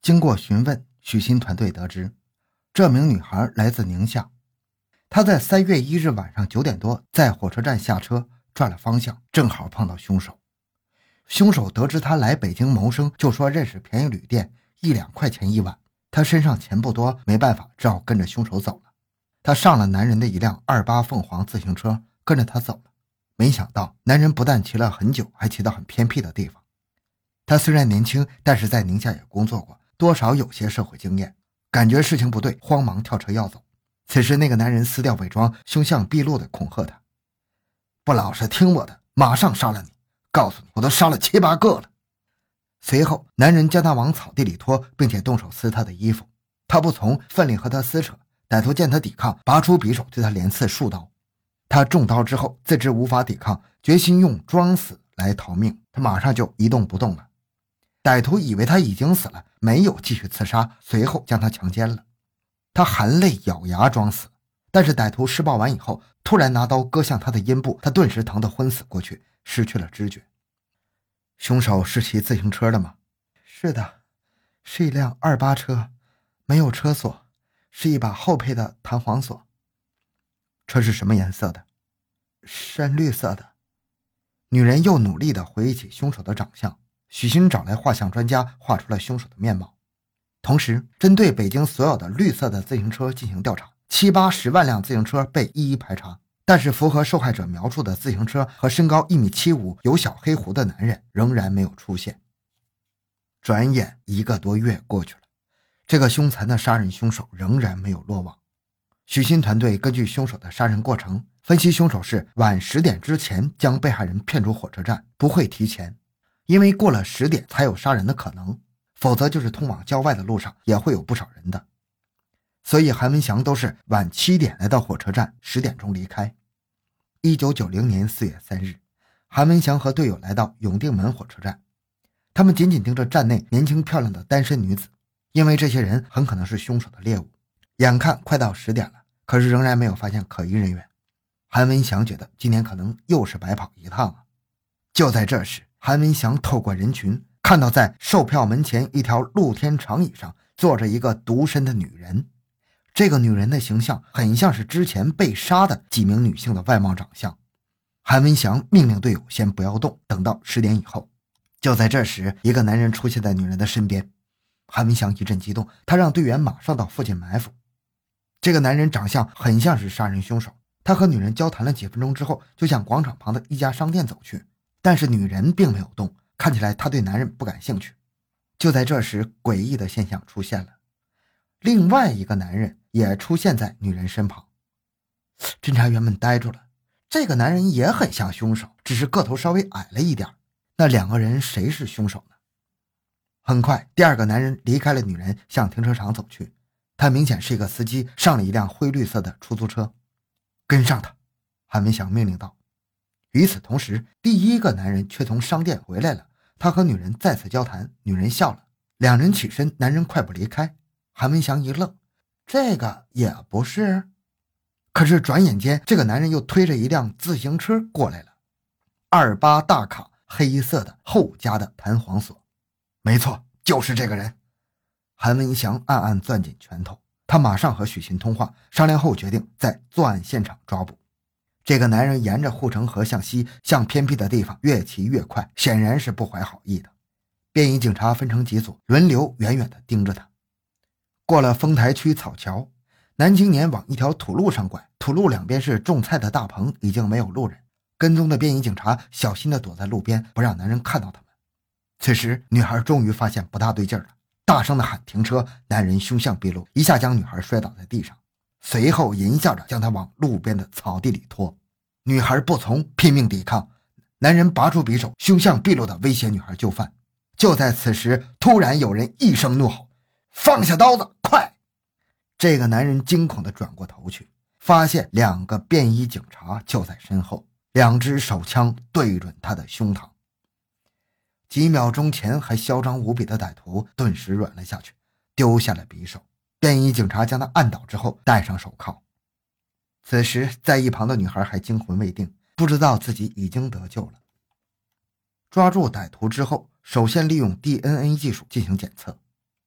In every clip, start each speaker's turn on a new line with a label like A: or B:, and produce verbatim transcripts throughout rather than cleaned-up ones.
A: 经过询问，许鑫团队得知，这名女孩来自宁夏，她在三月一日晚上九点多在火车站下车，转了方向，正好碰到凶手。凶手得知她来北京谋生，就说认识便宜旅店，一两块钱一晚。她身上钱不多，没办法，只好跟着凶手走了。她上了男人的一辆二八凤凰自行车，跟着他走了。没想到男人不但骑了很久，还骑到很偏僻的地方。他虽然年轻，但是在宁夏也工作过，多少有些社会经验，感觉事情不对，慌忙跳车要走。此时那个男人撕掉伪装，凶相毕露地恐吓他：不老实听我的，马上杀了你，告诉你我都杀了七八个了。随后男人将他往草地里拖，并且动手撕他的衣服。他不从，奋力和他撕扯，歹徒见他抵抗，拔出匕首对他连刺数刀。他中刀之后自知无法抵抗，决心用装死来逃命，他马上就一动不动了。歹徒以为他已经死了，没有继续刺杀，随后将他强奸了。他含泪咬牙装死，但是歹徒施暴完以后，突然拿刀割向他的阴部，他顿时疼得昏死过去，失去了知觉。凶手是骑自行车的吗？是的，是一辆二八车，没有车锁，是一把后配的弹簧锁。车是什么颜色的？深绿色的。女人又努力地回忆起凶手的长相，许鑫找来画像专家画出了凶手的面貌。同时针对北京所有的绿色的自行车进行调查，七八十万辆自行车被一一排查，但是符合受害者描述的自行车和身高一米七五有小黑胡的男人仍然没有出现。转眼一个多月过去了，这个凶残的杀人凶手仍然没有落网。许鑫团队根据凶手的杀人过程分析，凶手是晚十点之前将被害人骗出火车站，不会提前，因为过了十点才有杀人的可能，否则就是通往郊外的路上也会有不少人的。所以韩文祥都是晚七点来到火车站，十点钟离开。一九九零年四月三日，韩文祥和队友来到永定门火车站，他们紧紧盯着站内年轻漂亮的单身女子，因为这些人很可能是凶手的猎物。眼看快到十点了，可是仍然没有发现可疑人员。韩文祥觉得今天可能又是白跑一趟啊。就在这时，韩文祥透过人群看到在售票门前一条露天长椅上坐着一个独身的女人。这个女人的形象很像是之前被杀的几名女性的外貌长相。韩文祥命令队友先不要动，等到十点以后。就在这时，一个男人出现在女人的身边。韩文祥一阵激动，他让队员马上到附近埋伏。这个男人长相很像是杀人凶手，他和女人交谈了几分钟之后，就向广场旁的一家商店走去，但是女人并没有动，看起来他对男人不感兴趣。就在这时，诡异的现象出现了，另外一个男人也出现在女人身旁。侦查员们呆住了，这个男人也很像凶手，只是个头稍微矮了一点。那两个人谁是凶手呢？很快，第二个男人离开了女人，向停车场走去。他明显是一个司机，上了一辆灰绿色的出租车。跟上他，韩文祥命令道。与此同时，第一个男人却从商店回来了，他和女人再次交谈，女人笑了，两人起身，男人快步离开。韩文祥一愣，这个也不是。可是转眼间，这个男人又推着一辆自行车过来了，二八大卡，黑色的后加的弹簧锁。没错，就是这个人。韩文祥暗暗攥紧拳头，他马上和许鑫通话，商量后决定在作案现场抓捕。这个男人沿着护城河向西，向偏僻的地方越骑越快，显然是不怀好意的。便衣警察分成几组，轮流远远地盯着他。过了丰台区草桥，男青年往一条土路上拐，土路两边是种菜的大棚，已经没有路人。跟踪的便衣警察小心地躲在路边，不让男人看到他们。此时女孩终于发现不大对劲了，大声地喊停车，男人凶相毕露，一下将女孩摔倒在地上，随后淫笑着将她往路边的草地里拖。女孩不从，拼命抵抗，男人拔出匕首，凶相毕露地威胁女孩就范。就在此时，突然有人一声怒吼，放下刀子，快！这个男人惊恐地转过头去，发现两个便衣警察就在身后，两支手枪对准他的胸膛。几秒钟前还嚣张无比的歹徒顿时软了下去，丢下了匕首。便衣警察将他按倒之后戴上手铐。此时在一旁的女孩还惊魂未定，不知道自己已经得救了。抓住歹徒之后，首先利用 D N A 技术进行检测。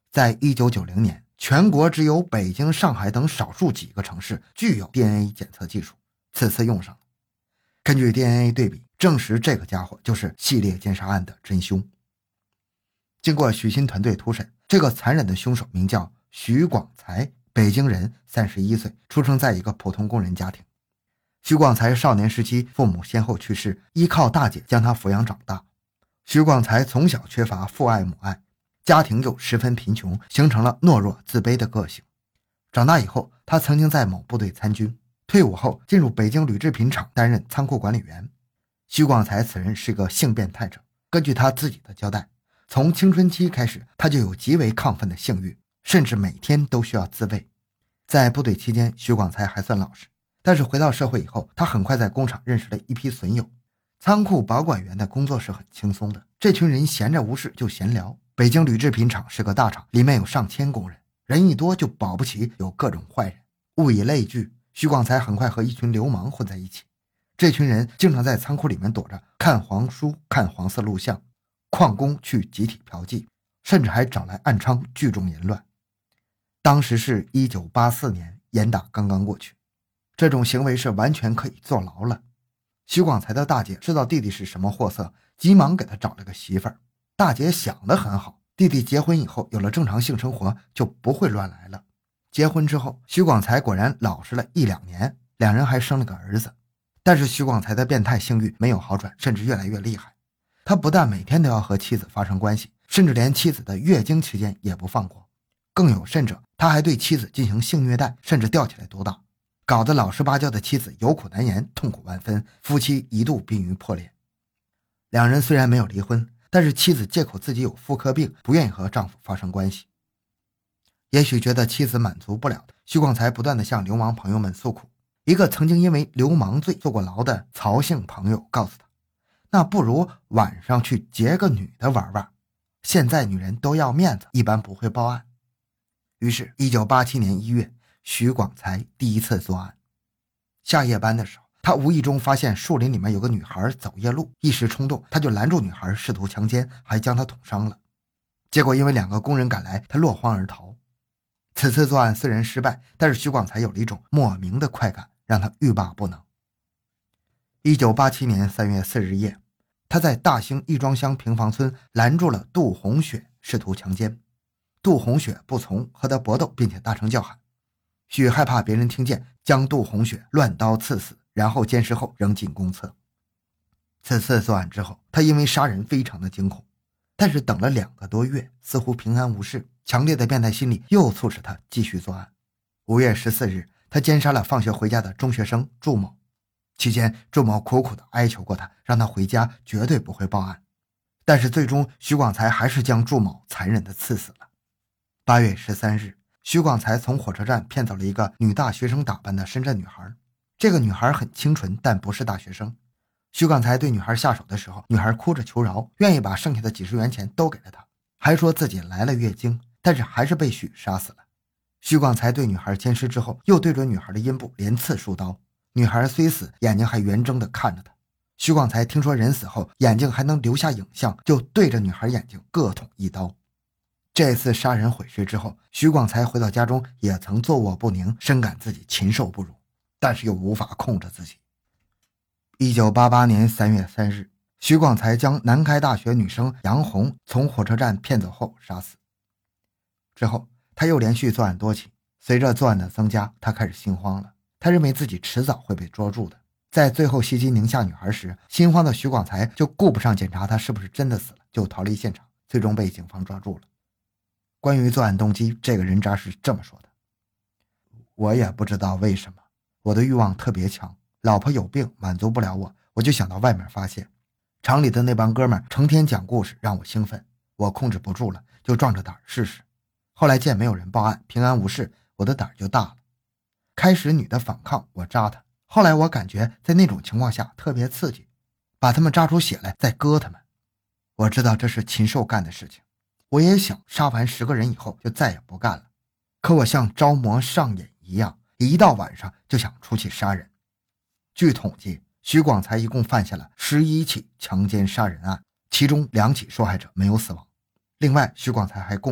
A: 在一九九零年，全国只有北京、上海等少数几个城市具有 D N A 检测技术，此次用上了。根据 D N A 对比，证实这个家伙就是系列奸杀案的真凶。经过许昕团队突审，这个残忍的凶手名叫许广才，北京人，三十一岁，出生在一个普通工人家庭。许广才少年时期父母先后去世，依靠大姐将他抚养长大。许广才从小缺乏父爱母爱，家庭又十分贫穷，形成了懦弱自卑的个性。长大以后，他曾经在某部队参军，退伍后进入北京铝制品厂担任仓库管理员。许广才此人是个性变态者，根据他自己的交代，从青春期开始他就有极为亢奋的性欲，甚至每天都需要自慰。在部队期间，许广才还算老实，但是回到社会以后，他很快在工厂认识了一批损友。仓库保管员的工作是很轻松的，这群人闲着无事就闲聊。北京铝制品厂是个大厂，里面有上千工人，人一多就保不齐有各种坏人。物以类聚，许广才很快和一群流氓混在一起。这群人经常在仓库里面躲着看黄书、看黄色录像，旷工去集体嫖妓，甚至还找来暗娼聚众淫乱。当时是一九八四年，严打刚刚过去，这种行为是完全可以坐牢了。许广才的大姐知道弟弟是什么货色，急忙给他找了个媳妇儿。大姐想得很好，弟弟结婚以后有了正常性生活，就不会乱来了。结婚之后，许广才果然老实了一两年，两人还生了个儿子。但是许广才的变态性欲没有好转，甚至越来越厉害。他不但每天都要和妻子发生关系，甚至连妻子的月经期间也不放过。更有甚者，他还对妻子进行性虐待，甚至吊起来毒打，搞得老实巴交的妻子有苦难言，痛苦万分，夫妻一度濒于破裂。两人虽然没有离婚，但是妻子借口自己有妇科病，不愿意和丈夫发生关系。也许觉得妻子满足不了的，许广才不断地向流氓朋友们诉苦。一个曾经因为流氓罪坐过牢的曹姓朋友告诉他，那不如晚上去劫个女的玩玩，现在女人都要面子，一般不会报案。于是一九八七年一月，许广才第一次作案。下夜班的时候，他无意中发现树林里面有个女孩走夜路，一时冲动，他就拦住女孩，试图强奸，还将她捅伤了。结果因为两个工人赶来，他落荒而逃。此次作案虽然失败，但是许广才有了一种莫名的快感，让他欲罢不能。一九八七年三月四日夜，他在大兴亦庄乡平房村拦住了杜红雪，试图强奸。杜红雪不从，和他搏斗，并且大声叫喊。许害怕别人听见，将杜红雪乱刀刺死，然后奸尸后扔进公厕。此次作案之后，他因为杀人非常的惊恐，但是等了两个多月，似乎平安无事，强烈的变态心理又促使他继续作案。五月十四日，他奸杀了放学回家的中学生祝某。期间，祝某苦苦的哀求过他，让他回家，绝对不会报案。但是最终，许广才还是将祝某残忍的刺死了。八月十三日，许广才从火车站骗走了一个女大学生打扮的深圳女孩。这个女孩很清纯，但不是大学生。许广才对女孩下手的时候，女孩哭着求饶，愿意把剩下的几十元钱都给了他，还说自己来了月经，但是还是被许杀死了。许广才对女孩奸尸之后，又对准女孩的阴部连刺数刀，女孩虽死，眼睛还圆睁地看着他。许广才听说人死后眼睛还能留下影像，就对着女孩眼睛各捅一刀。这次杀人毁尸之后，许广才回到家中也曾坐卧不宁，深感自己禽兽不如，但是又无法控制自己。一九八八年三月三日，许广才将南开大学女生杨红从火车站骗走后杀死。之后他又连续作案多起，随着作案的增加，他开始心慌了。他认为自己迟早会被捉住的。在最后袭击宁夏女孩时，心慌的许广才就顾不上检查她是不是真的死了，就逃离现场，最终被警方抓住了。关于作案动机，这个人渣是这么说的：我也不知道为什么，我的欲望特别强，老婆有病满足不了我，我就想到外面发泄。厂里的那帮哥们儿成天讲故事让我兴奋，我控制不住了，就壮着胆试试。后来见没有人报案，平安无事，我的胆就大了。开始女的反抗，我扎她，后来我感觉在那种情况下特别刺激，把他们扎出血来再割他们。我知道这是禽兽干的事情，我也想杀完十个人以后就再也不干了，可我像招魔上瘾一样，一到晚上就想出去杀人。据统计，许广才一共犯下了十一起强奸杀人案，其中两起受害者没有死亡。另外，许广才还供述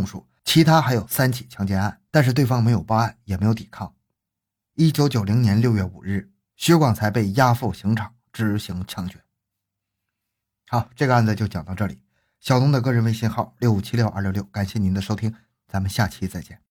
A: 其他还有三起强奸案，但是对方没有报案，也没有抵抗。一九九零年六月五日，薛广才被押赴刑场执行枪决。好，这个案子就讲到这里。小东的个人微信号六五七六二六六，感谢您的收听，咱们下期再见。